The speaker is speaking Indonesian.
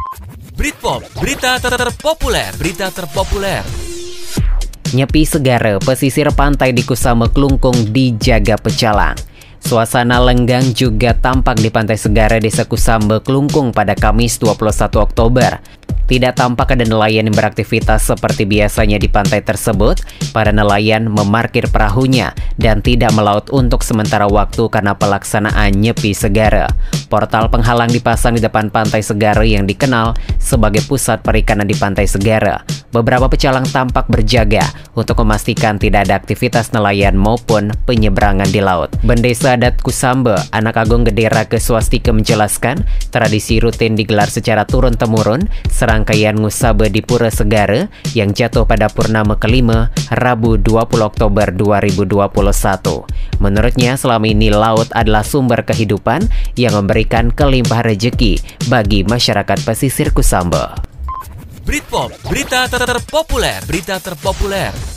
Britpop, berita terpopuler. Nyepi Segara, pesisir pantai di Kusama Klungkung dijaga pecalang. Suasana lenggang juga tampak di Pantai Segara, Desa Kusamba, Klungkung pada Kamis 21 Oktober. Tidak tampak ada nelayan yang beraktivitas seperti biasanya di pantai tersebut. Para nelayan memarkir perahunya dan tidak melaut untuk sementara waktu karena pelaksanaan Nyepi Segara. Portal penghalang dipasang di depan Pantai Segara yang dikenal sebagai pusat perikanan di Pantai Segara. Beberapa pecalang tampak berjaga untuk memastikan tidak ada aktivitas nelayan maupun penyeberangan di laut. Bendesa adat Kusamba, Anak Agung Gedera Keswastika menjelaskan, tradisi rutin digelar secara turun-temurun serangkaian Ngusabe di Pura Segara yang jatuh pada purnama kelima Rabu 20 Oktober 2021. Menurutnya, selama ini laut adalah sumber kehidupan yang memberikan kelimpahan rejeki bagi masyarakat pesisir Kusamba. Britpop, berita terpopuler.